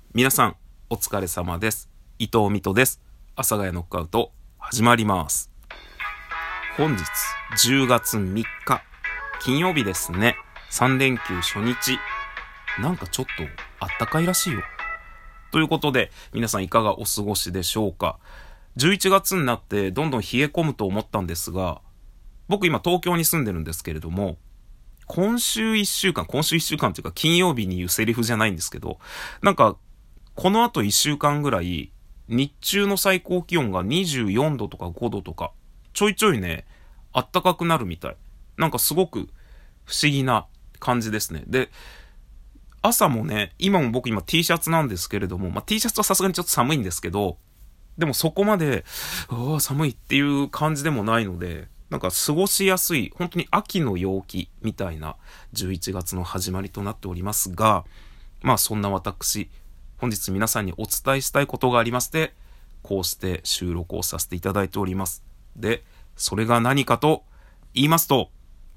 皆さんお疲れ様です。伊藤美斗です。阿佐ヶ谷ノックアウト始まります。本日10月3日金曜日ですね。3連休初日、なんかちょっとあったかいらしいよということで、皆さんいかがお過ごしでしょうか。11月になってどんどん冷え込むと思ったんですが、僕今東京に住んでるんですけれども、今週1週間というか金曜日に言うセリフじゃないんですけど、なんかこの後1週間ぐらい日中の最高気温が24度とか5度とかちょいちょいね、あったかくなるみたい。なんかすごく不思議な感じですね。で、朝もね、僕今 T シャツなんですけれども、T シャツはさすがにちょっと寒いんですけど、でもそこまで寒いっていう感じでもないので、なんか過ごしやすい、本当に秋の陽気みたいな11月の始まりとなっておりますが、そんな私、本日皆さんにお伝えしたいことがありまして、こうして収録をさせていただいております。で、それが何かと言いますと、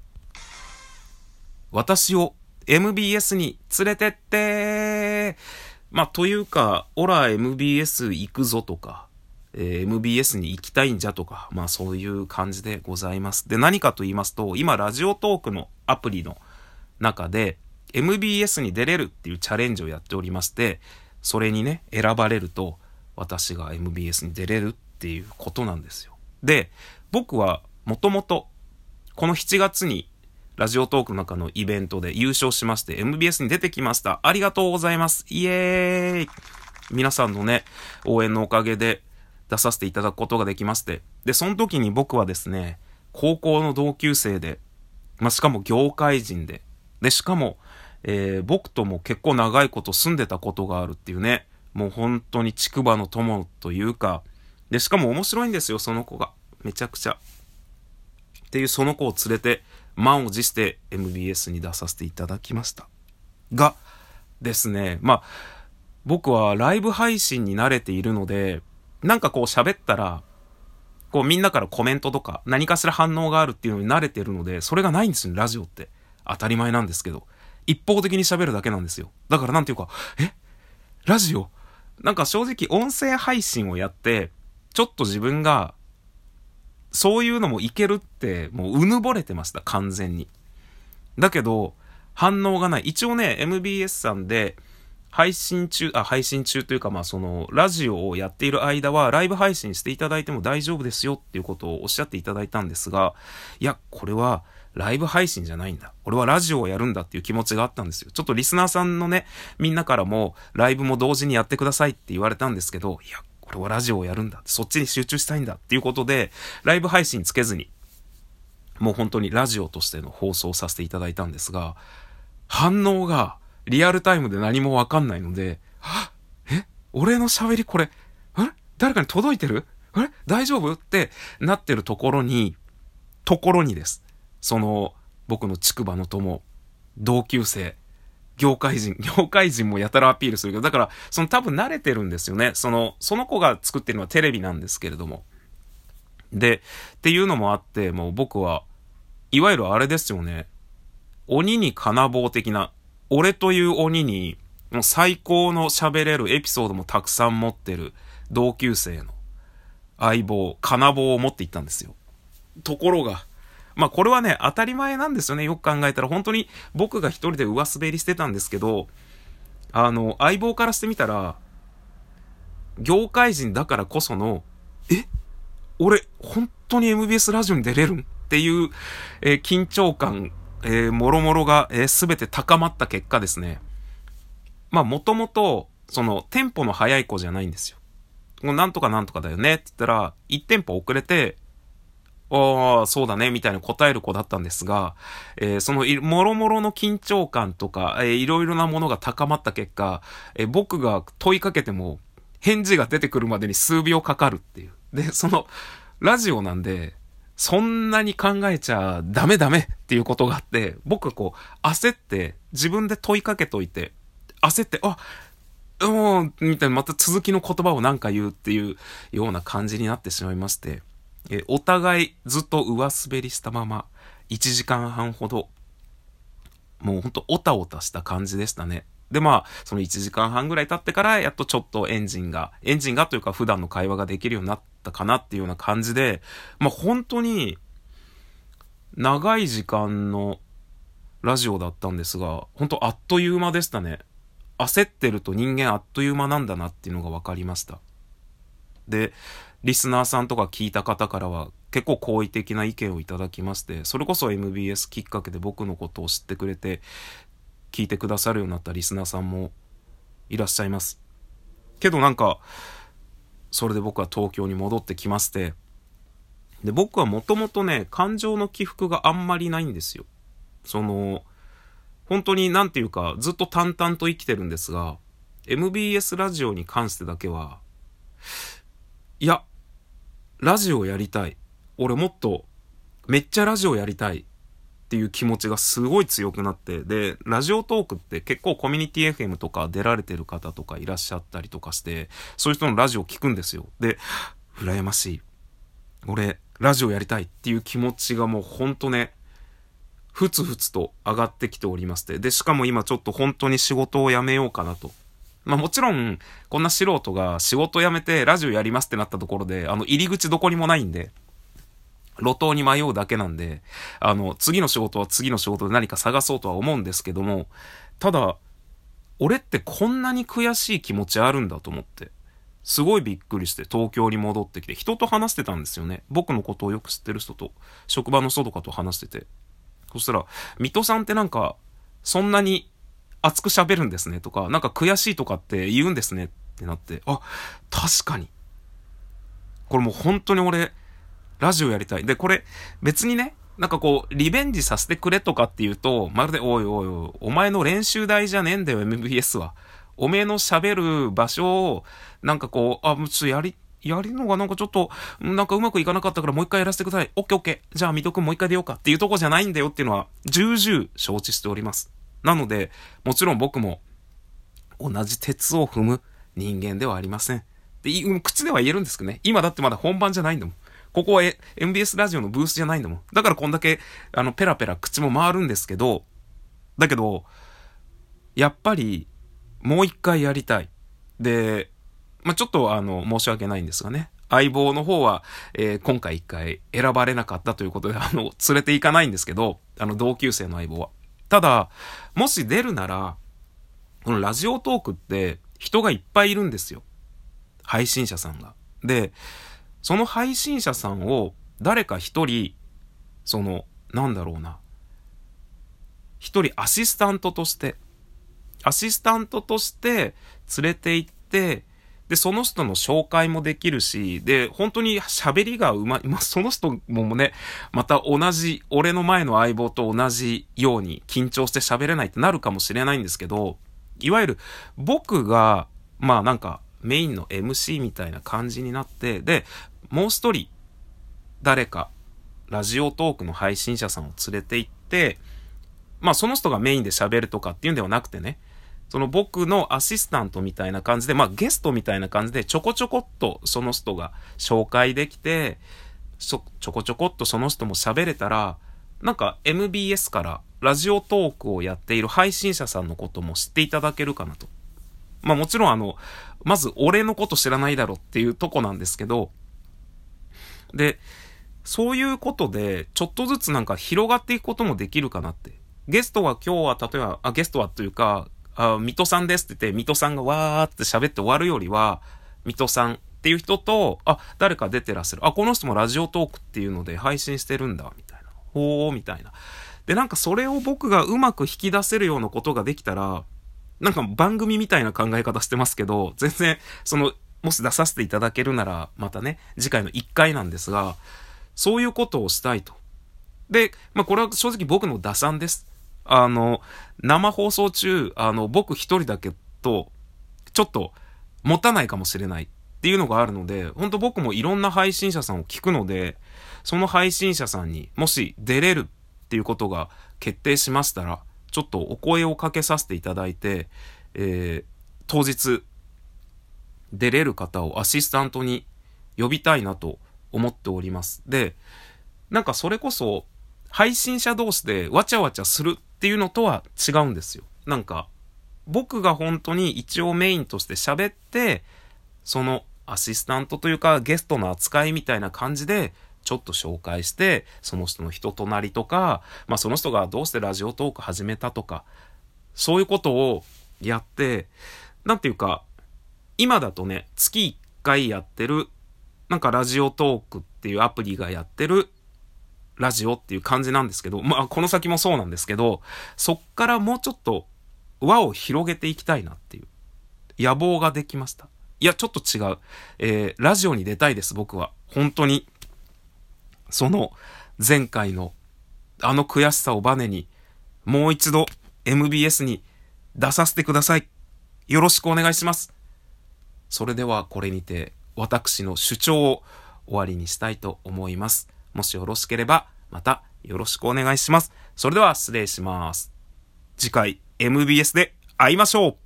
私を MBS に連れてってというか、オラ MBS 行くぞとか、MBS に行きたいんじゃとか、そういう感じでございます。で、何かと言いますと、今ラジオトークのアプリの中で MBS に出れるっていうチャレンジをやっておりまして、それにね、選ばれると私が MBS に出れるっていうことなんですよ。で、僕はもともとこの7月にラジオトークの中のイベントで優勝しまして MBS に出てきました。ありがとうございます。イエーイ。皆さんのね、応援のおかげで出させていただくことができまして。で、その時に僕はですね、高校の同級生で、しかも業界人で、しかも、僕とも結構長いこと住んでたことがあるっていうね、もう本当に竹馬の友というか、で、しかも面白いんですよ、その子が。めちゃくちゃ。っていうその子を連れて、満を持して MBS に出させていただきました。が、ですね、僕はライブ配信に慣れているので、なんかこう喋ったら、こうみんなからコメントとか何かしら反応があるっていうのに慣れてるので、それがないんですよね、ラジオって。当たり前なんですけど。一方的に喋るだけなんですよ。だからなんていうか、ラジオなんか正直音声配信をやって、ちょっと自分が、そういうのもいけるって、もううぬぼれてました、完全に。だけど、反応がない。一応ね、MBS さんで、配信中というか、その、ラジオをやっている間は、ライブ配信していただいても大丈夫ですよっていうことをおっしゃっていただいたんですが、いや、これは、ライブ配信じゃないんだ。俺はラジオをやるんだっていう気持ちがあったんですよ。ちょっとリスナーさんのね、みんなからも、ライブも同時にやってくださいって言われたんですけど、いや、これはラジオをやるんだ。そっちに集中したいんだっていうことで、ライブ配信つけずに、もう本当にラジオとしての放送をさせていただいたんですが、反応がリアルタイムで何もわかんないので、俺の喋りこれ、誰かに届いてる？大丈夫？ってなってるところにです。その、僕の竹馬の友、同級生、業界人もやたらアピールするけど、だから、多分慣れてるんですよね。その子が作ってるのはテレビなんですけれども。で、っていうのもあって、もう僕は、いわゆるあれですよね。鬼に金棒的な、俺という鬼に、もう最高の喋れるエピソードもたくさん持ってる同級生の相棒、金棒を持っていったんですよ。ところが、これはね、当たり前なんですよね。よく考えたら、本当に僕が一人で上滑りしてたんですけど、相棒からしてみたら、業界人だからこその、俺、本当に MBS ラジオに出れるんっていう、緊張感、もろもろが、すべて高まった結果ですね。もともと、テンポの速い子じゃないんですよ。もうなんとかだよねって言ったら、1テンポ遅れて、そうだね、みたいな答える子だったんですが、もろもろの緊張感とか、いろいろなものが高まった結果、僕が問いかけても、返事が出てくるまでに数秒かかるっていう。で、ラジオなんで、そんなに考えちゃダメっていうことがあって、僕は焦って、自分で問いかけといて、焦って、みたいな、また続きの言葉をなんか言うっていうような感じになってしまいまして、お互いずっと上滑りしたまま、1時間半ほど、もうほんとおたおたした感じでしたね。 で、まあ、その1時間半ぐらい経ってから、やっとちょっとエンジンがというか普段の会話ができるようになったかなっていうような感じで、まあ本当に、長い時間のラジオだったんですが、本当あっという間でしたね。焦ってると人間あっという間なんだなっていうのが分かりました。で、リスナーさんとか聞いた方からは結構好意的な意見をいただきまして、それこそ MBS きっかけで僕のことを知ってくれて、聞いてくださるようになったリスナーさんもいらっしゃいます。けどなんか、それで僕は東京に戻ってきまして、で、僕はもともとね、感情の起伏があんまりないんですよ。本当になんていうか、ずっと淡々と生きてるんですが、MBS ラジオに関してだけは、いや、ラジオやりたい。俺もっと、めっちゃラジオやりたいっていう気持ちがすごい強くなって、で、ラジオトークって結構コミュニティ FM とか出られてる方とかいらっしゃったりとかして、そういう人のラジオ聞くんですよ。で、羨ましい。俺、ラジオやりたいっていう気持ちがもうほんとね、ふつふつと上がってきておりまして、で、しかも今ちょっと本当に仕事を辞めようかなと。まあもちろん、こんな素人が仕事辞めてラジオやりますってなったところで、入り口どこにもないんで、路頭に迷うだけなんで、次の仕事は次の仕事で何か探そうとは思うんですけども、ただ、俺ってこんなに悔しい気持ちあるんだと思って、すごいびっくりして東京に戻ってきて、人と話してたんですよね。僕のことをよく知ってる人と、職場の人とかと話してて。そしたら、水戸さんってなんか、そんなに熱く喋るんですねとか、なんか悔しいとかって言うんですねってなって、あ、確かに。これもう本当に俺、ラジオやりたい。で、これ、別にね、なんかこう、リベンジさせてくれとかっていうと、まるで、おいおいおい、お前の練習台じゃねえんだよ、MBS は。おめえの喋る場所を、なんかこう、ちょっとやるのがなんかちょっと、なんかうまくいかなかったからもう一回やらせてください。オッケーオッケー。じゃあ、水戸くんもう一回出ようかっていうとこじゃないんだよっていうのは、重々承知しております。なので、もちろん僕も、同じ鉄を踏む人間ではありません。で、口では言えるんですけどね。今だってまだ本番じゃないんだもん。ここはMBS ラジオのブースじゃないんだもん。だからこんだけ、ペラペラ口も回るんですけど、だけど、やっぱり、もう一回やりたい。で、まあ、ちょっと申し訳ないんですがね。相棒の方は、今回一回選ばれなかったということで、連れて行かないんですけど、同級生の相棒は。ただ、もし出るなら、このラジオトークって人がいっぱいいるんですよ。配信者さんが。で、その配信者さんを誰か一人、なんだろうな。一人アシスタントとして連れて行って、で、その人の紹介もできるし、で、本当に喋りがうまい。まあ、その人もね、また俺の前の相棒と同じように緊張して喋れないってなるかもしれないんですけど、いわゆる僕が、まあなんかメインの MC みたいな感じになって、で、もう一人、誰か、ラジオトークの配信者さんを連れて行って、まあその人がメインで喋るとかっていうんではなくてね、その僕のアシスタントみたいな感じで、まあゲストみたいな感じでちょこちょこっとその人が紹介できて、ちょこちょこっとその人も喋れたら、なんか MBS からラジオトークをやっている配信者さんのことも知っていただけるかなと。まあもちろんまず俺のこと知らないだろっていうとこなんですけど、で、そういうことでちょっとずつなんか広がっていくこともできるかなって。ゲストは今日は例えば、ゲストはというか、水戸さんですって言って、水戸さんがわーって喋って終わるよりは、水戸さんっていう人と、誰か出てらっしゃる。この人もラジオトークっていうので配信してるんだ、みたいな。ほー、みたいな。で、なんかそれを僕がうまく引き出せるようなことができたら、なんか番組みたいな考え方してますけど、全然、もし出させていただけるなら、またね、次回の1回なんですが、そういうことをしたいと。で、まあこれは正直僕の打算です。生放送中、僕一人だけと、ちょっと持たないかもしれないっていうのがあるので、本当僕もいろんな配信者さんを聞くので、その配信者さんにもし出れるっていうことが決定しましたら、ちょっとお声をかけさせていただいて、当日出れる方をアシスタントに呼びたいなと思っております。で、なんかそれこそ配信者同士でわちゃわちゃするっていうのとは違うんですよ。なんか僕が本当に一応メインとして喋って、そのアシスタントというかゲストの扱いみたいな感じでちょっと紹介して、その人の人となりとか、まあその人がどうしてラジオトーク始めたとか、そういうことをやって、なんていうか、今だとね、月1回やってる、なんかラジオトークっていうアプリがやってるラジオっていう感じなんですけど、まあこの先もそうなんですけど、そっからもうちょっと輪を広げていきたいなっていう野望ができました。いや、ちょっと違う。ラジオに出たいです、僕は。本当に。その前回のあの悔しさをバネに、もう一度 MBS に出させてください。よろしくお願いします。それではこれにて私の主張を終わりにしたいと思います。もしよろしければまたよろしくお願いします。それでは失礼します。次回 MBS で会いましょう。